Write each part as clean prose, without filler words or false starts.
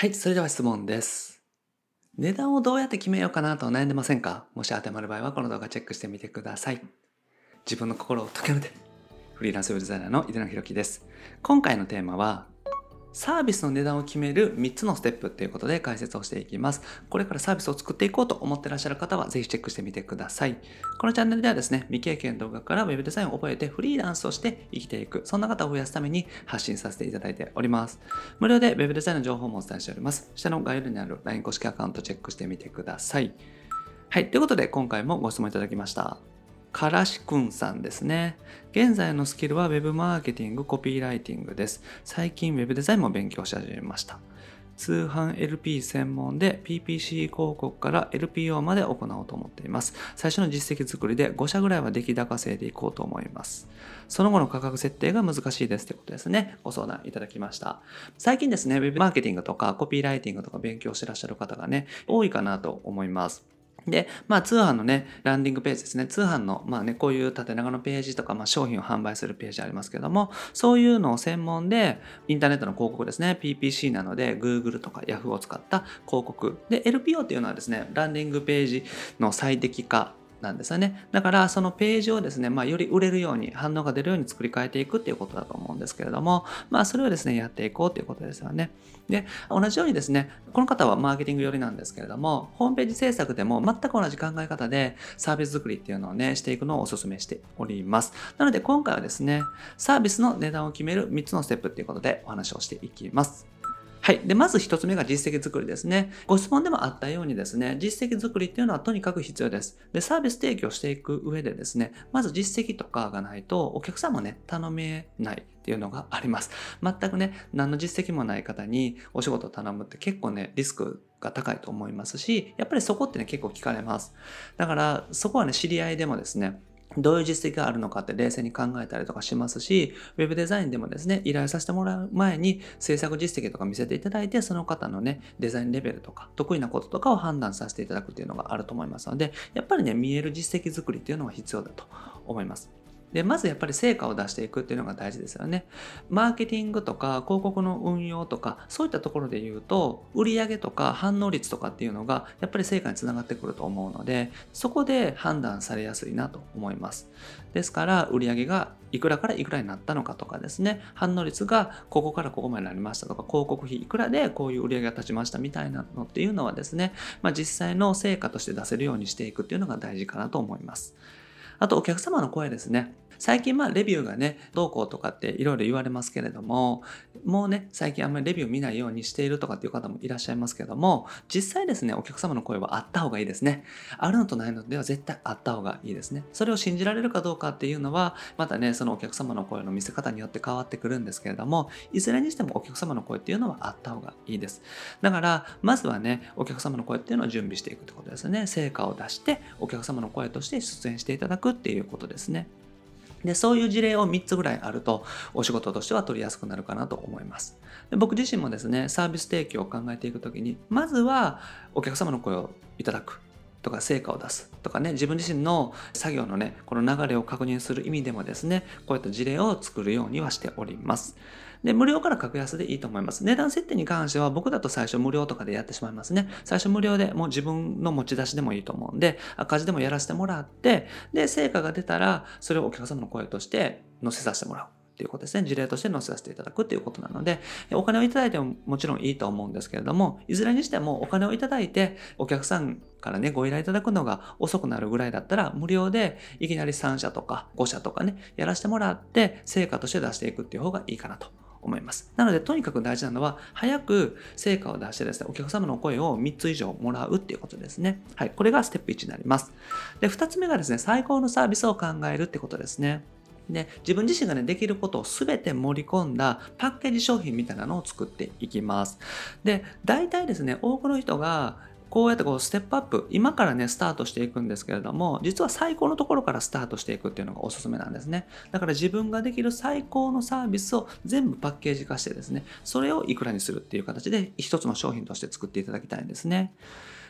はい、それでは質問です。値段をどうやって決めようかなと悩んでませんか？もし当てはまる場合はこの動画チェックしてみてください。自分の心を解けるで。フリーランスウェブデザイナーの井出野弘樹です。今回のテーマは、サービスの値段を決める3つのステップということで解説をしていきます。これからサービスを作っていこうと思っていらっしゃる方はぜひチェックしてみてください。このチャンネルではですね、未経験動画からウェブデザインを覚えてフリーランスとして生きていく、そんな方を増やすために発信させていただいております。無料でウェブデザインの情報もお伝えしております。下の概要欄にある LINE 公式アカウントチェックしてみてください。はい、ということで今回もご質問いただきました。からしくんさんですね。現在のスキルは Web マーケティング、コピーライティングです。最近 Web デザインも勉強し始めました。通販 LP 専門で PPC 広告から LPO まで行おうと思っています。最初の実績作りで5社ぐらいは出来高制でいこうと思います。その後の価格設定が難しいですということですね。ご相談いただきました。最近ですね、Web マーケティングとかコピーライティングとか勉強してらっしゃる方がね、多いかなと思います。で、通販のね、ランディングページですね。通販の、こういう縦長のページとか、商品を販売するページありますけども、そういうのを専門で、インターネットの広告ですね。PPC なので、Google とか Yahoo を使った広告。で、LPO っていうのはですね、ランディングページの最適化なんですよね。だからそのページをですね、より売れるように反応が出るように作り変えていくっていうことだと思うんですけれども、それをですねやっていこうということですよね。で、同じようにですね、この方はマーケティング寄りなんですけれども、ホームページ制作でも全く同じ考え方でサービス作りっていうのをねしていくのをお勧めしております。なので今回はですね、サービスの値段を決める3つのステップっていうことでお話をしていきます。はい。で、まず一つ目が実績作りですね。ご質問でもあったようにですね、実績作りっていうのはとにかく必要です。で、サービス提供していく上でですね、まず実績とかがないとお客さんもね、頼めないっていうのがあります。全くね、何の実績もない方にお仕事を頼むって結構ね、リスクが高いと思いますし、やっぱりそこってね、結構聞かれます。だから、そこはね、知り合いでもですね、どういう実績があるのかって冷静に考えたりとかしますし、ウェブデザインでもですね、依頼させてもらう前に制作実績とか見せていただいて、その方のね、デザインレベルとか、得意なこととかを判断させていただくっていうのがあると思いますので、やっぱりね、見える実績作りっていうのは必要だと思います。で、まずやっぱり成果を出していくっていうのが大事ですよね。マーケティングとか広告の運用とか、そういったところで言うと、売上とか反応率とかっていうのがやっぱり成果につながってくると思うので、そこで判断されやすいなと思います。ですから、売上がいくらからいくらになったのかとかですね、反応率がここからここまでになりましたとか、広告費いくらでこういう売上が立ちましたみたいなのっていうのはですね、実際の成果として出せるようにしていくっていうのが大事かなと思います。あとお客様の声ですね。最近レビューがね、どうこうとかっていろいろ言われますけれども、もうね、最近あんまりレビュー見ないようにしているとかっていう方もいらっしゃいますけども、実際ですね、お客様の声はあった方がいいですね。あるのとないのでは絶対あった方がいいですね。それを信じられるかどうかっていうのは、またね、そのお客様の声の見せ方によって変わってくるんですけれども、いずれにしてもお客様の声っていうのはあった方がいいです。だから、まずはね、お客様の声っていうのを準備していくってことですね。成果を出して、お客様の声として出演していただくっていうことですね。で、そういう事例を3つぐらいあると、お仕事としては取りやすくなるかなと思います。で、僕自身もですね、サービス提供を考えていくときに、まずはお客様の声をいただくとか、成果を出すとかね、自分自身の作業のね、この流れを確認する意味でもですね、こういった事例を作るようにはしております。で、無料から格安でいいと思います。値段設定に関しては僕だと最初無料とかでやってしまいますね。最初無料でもう自分の持ち出しでもいいと思うんで、赤字でもやらせてもらって、で、成果が出たら、それをお客様の声として載せさせてもらう。っていうことですね。事例として載せさせていただくっていうことなので、お金をいただいてももちろんいいと思うんですけれども、いずれにしてもお金をいただいて、お客さんからね、ご依頼いただくのが遅くなるぐらいだったら、無料でいきなり3社とか5社とかね、やらせてもらって、成果として出していくっていう方がいいかなと思います。なので、とにかく大事なのは、早く成果を出してですね、お客様の声を3つ以上もらうっていうことですね。はい。これがステップ1になります。で、2つ目がですね、最高のサービスを考えるってことですね。で、自分自身がね、できることをすべて盛り込んだパッケージ商品みたいなのを作っていきます。で、大体ですね、多くの人がこうやってステップアップ、今からね、スタートしていくんですけれども、実は最高のところからスタートしていくっていうのがおすすめなんですね。だから自分ができる最高のサービスを全部パッケージ化してですね、それをいくらにするっていう形で一つの商品として作っていただきたいんですね。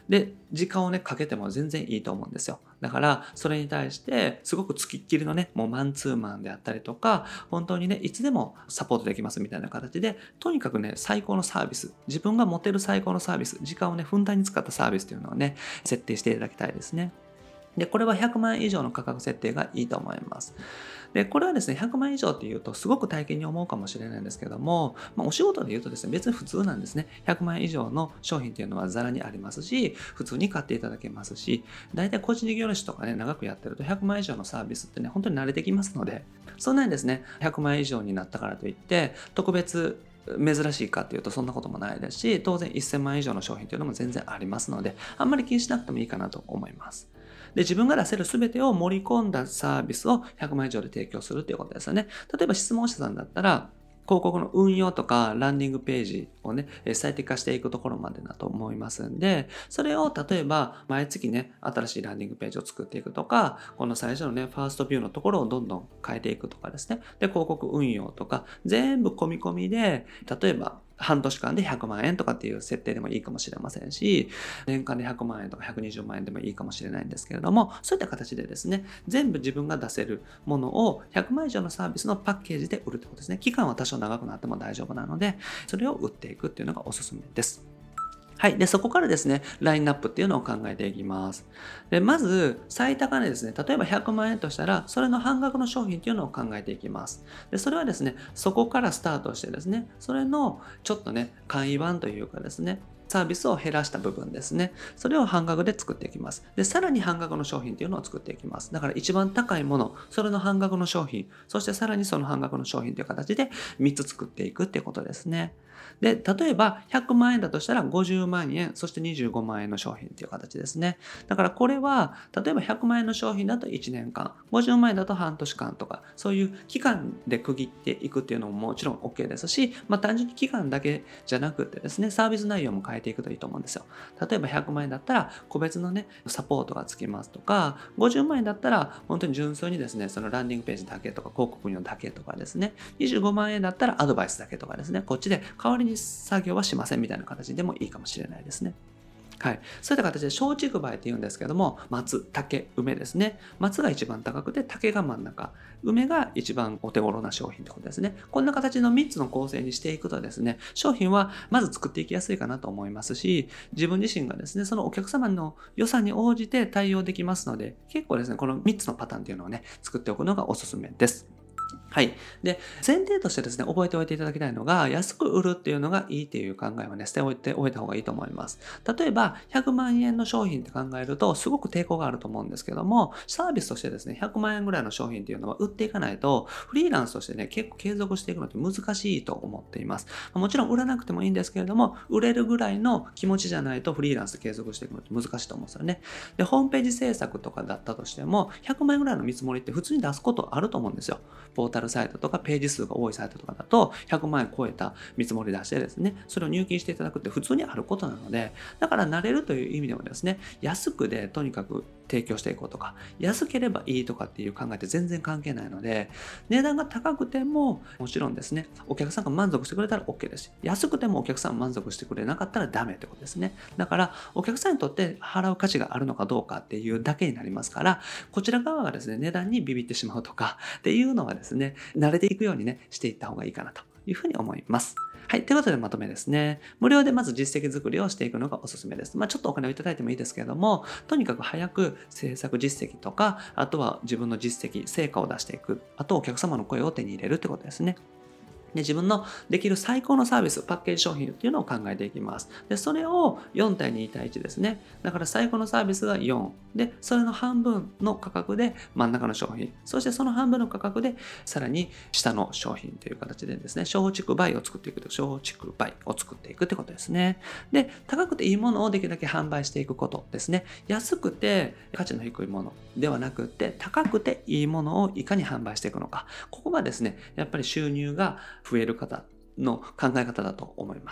で、時間をね、かけても全然いいと思うんですよ。だから、それに対して、すごく付きっきりのね、もうマンツーマンであったりとか、本当にね、いつでもサポートできますみたいな形で、とにかくね、最高のサービス、自分が持てる最高のサービス、時間をね、ふんだんに使ったサービスというのをね、設定していただきたいですね。で、これは100万円以上の価格設定がいいと思います。で、これはですね、100万円以上っていうとすごく体験に思うかもしれないんですけども、お仕事で言うとですね、別に普通なんですね。100万円以上の商品っていうのはザラにありますし、普通に買っていただけますし、大体個人事業主とかね、長くやってると100万円以上のサービスってね、本当に慣れてきますので、そんなにですね、100万円以上になったからといって、特別珍しいかっていうとそんなこともないですし、当然1000万円以上の商品というのも全然ありますので、あんまり気にしなくてもいいかなと思います。で、自分が出せる全てを盛り込んだサービスを100万以上で提供するっていうことですよね。例えば質問者さんだったら、広告の運用とかランディングページをね、最適化していくところまでだと思いますんで、それを例えば毎月ね、新しいランディングページを作っていくとか、この最初のね、ファーストビューのところをどんどん変えていくとかですね。で、広告運用とか、全部込み込みで、例えば半年間で100万円とかっていう設定でもいいかもしれませんし、年間で100万円とか120万円でもいいかもしれないんですけれども、そういった形でですね、全部自分が出せるものを100万以上のサービスのパッケージで売るってことですね。期間は多少長くなっても大丈夫なので、それを売っていくっていうのがおすすめです。はい。で、そこからですね、ラインナップっていうのを考えていきます。で、まず、最高値ですね。例えば100万円としたら、それの半額の商品っていうのを考えていきます。で、それはですね、そこからスタートしてですね、それのちょっとね、簡易版というかですね、サービスを減らした部分ですね。それを半額で作っていきます。で、さらに半額の商品っていうのを作っていきます。だから一番高いもの、それの半額の商品、そしてさらにその半額の商品という形で3つ作っていくっていうことですね。で、例えば100万円だとしたら50万円、そして25万円の商品っていう形ですね。だからこれは、例えば100万円の商品だと1年間、50万円だと半年間とか、そういう期間で区切っていくっていうのももちろん OK ですし、単純に期間だけじゃなくてですね、サービス内容も変えていくといいと思うんですよ。例えば100万円だったら個別のね、サポートがつきますとか、50万円だったら本当に純粋にですね、そのランディングページだけとか広告用だけとかですね、25万円だったらアドバイスだけとかですね、こっちで代わりに作業はしませんみたいな形でもいいかもしれないですね。はい。そういった形で松竹梅って言うんですけども、松、竹、梅ですね。松が一番高くて、竹が真ん中、梅が一番お手頃な商品ってことですね。こんな形の3つの構成にしていくとですね、商品はまず作っていきやすいかなと思いますし、自分自身がですね、そのお客様の予算に応じて対応できますので、結構ですね、この3つのパターンっていうのをね、作っておくのがおすすめです。はい。で、前提としてですね、覚えておいていただきたいのが、安く売るっていうのがいいっていう考えはね、捨ておいておいた方がいいと思います。例えば、100万円の商品って考えると、すごく抵抗があると思うんですけども、サービスとしてですね、100万円ぐらいの商品っていうのは売っていかないと、フリーランスとしてね、結構継続していくのって難しいと思っています。もちろん売らなくてもいいんですけれども、売れるぐらいの気持ちじゃないとフリーランスで継続していくのって難しいと思うんですよね。で、ホームページ制作とかだったとしても、100万円ぐらいの見積もりって普通に出すことあると思うんですよ。ポータルサイトとかページ数が多いサイトとかだと100万円超えた見積もり出してですね、それを入金していただくって普通にあることなので、だから慣れるという意味でもですね、安くでとにかく提供していこうとか、安ければいいとかっていう考えって全然関係ないので、値段が高くてももちろんですね、お客さんが満足してくれたら OK ですし、安くてもお客さんが満足してくれなかったらダメってことですね。だからお客さんにとって払う価値があるのかどうかっていうだけになりますから、こちら側がですね、値段にビビってしまうとかっていうのはですね、慣れていくようにね、していった方がいいかなというふうに思います。はい。ということでまとめですね。無料でまず実績作りをしていくのがおすすめです。ちょっとお金をいただいてもいいですけれども、とにかく早く制作実績とか、あとは自分の実績、成果を出していく。あとお客様の声を手に入れるってことですね。で、自分のできる最高のサービス、パッケージ商品っていうのを考えていきます。で、それを4対2対1ですね。だから最高のサービスが4。で、それの半分の価格で真ん中の商品。そしてその半分の価格でさらに下の商品という形でですね、松竹梅を作っていくと、松竹梅を作っていくってことですね。で、高くていいものをできるだけ販売していくことですね。安くて価値の低いものではなくて、高くていいものをいかに販売していくのか。ここがですね、やっぱり収入が増える方の考え方だと思います。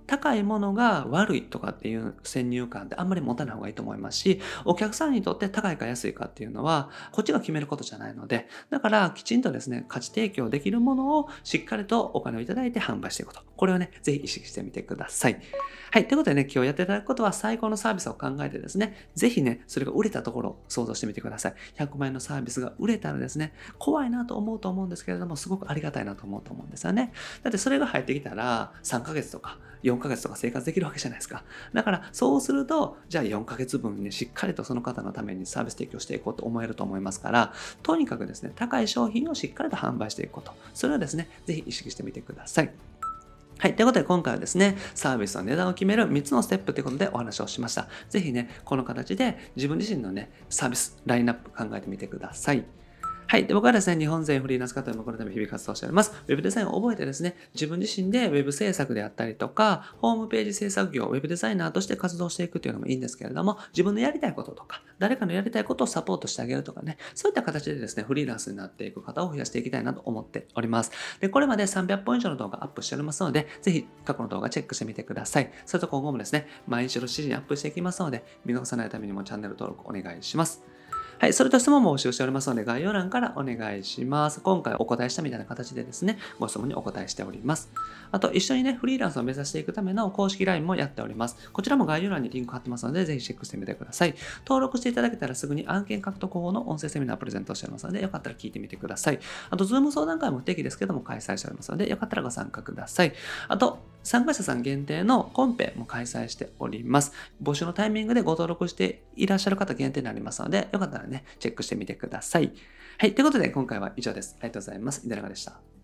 高いものが悪いとかっていう先入観ってあんまり持たない方がいいと思いますし、お客さんにとって高いか安いかっていうのは、こっちが決めることじゃないので、だからきちんとですね、価値提供できるものをしっかりとお金をいただいて販売していくこと。これをね、ぜひ意識してみてください。はい。ということでね、今日やっていただくことは最高のサービスを考えてですね、ぜひね、それが売れたところを想像してみてください。100万円のサービスが売れたらですね、怖いなと思うんですけれども、すごくありがたいなと思うと思うんですよね。だってそれが入ってきたら、3ヶ月とか4ヶ月とか生活できるわけじゃないですか。だからそうすると、じゃあ4ヶ月分ね、しっかりとその方のためにサービス提供していこうと思えると思いますから、とにかくですね、高い商品をしっかりと販売していくこと。それをですね、ぜひ意識してみてください。はい。ということで今回はですね、サービスの値段を決める3つのステップということでお話をしました。ぜひね、この形で自分自身のね、サービス、ラインナップ考えてみてください。はい。で、僕はですね、日本全フリーランス方のこのため日々活動しております。ウェブデザインを覚えてですね、自分自身でウェブ制作であったりとか、ホームページ制作業、ウェブデザイナーとして活動していくというのもいいんですけれども、自分のやりたいこととか、誰かのやりたいことをサポートしてあげるとかね、そういった形でですね、フリーランスになっていく方を増やしていきたいなと思っております。で、これまで300本以上の動画アップしておりますので、ぜひ過去の動画チェックしてみてください。それと今後もですね、毎日の指示にアップしていきますので、見逃さないためにもチャンネル登録お願いします。はい、それと質問も募集しておりますので、概要欄からお願いします。今回お答えしたみたいな形でですね、ご質問にお答えしております。あと、一緒にね、フリーランスを目指していくための公式 LINE もやっております。こちらも概要欄にリンク貼ってますので、ぜひチェックしてみてください。登録していただけたらすぐに案件獲得法の音声セミナープレゼントしておりますので、よかったら聞いてみてください。あと、Zoom 相談会も不定期ですけども開催しておりますので、よかったらご参加ください。あと、参加者さん限定のコンペも開催しております。募集のタイミングでご登録していらっしゃる方限定になりますので、よかったらね、チェックしてみてください。はい、ということで今回は以上です。ありがとうございます。井田中でした。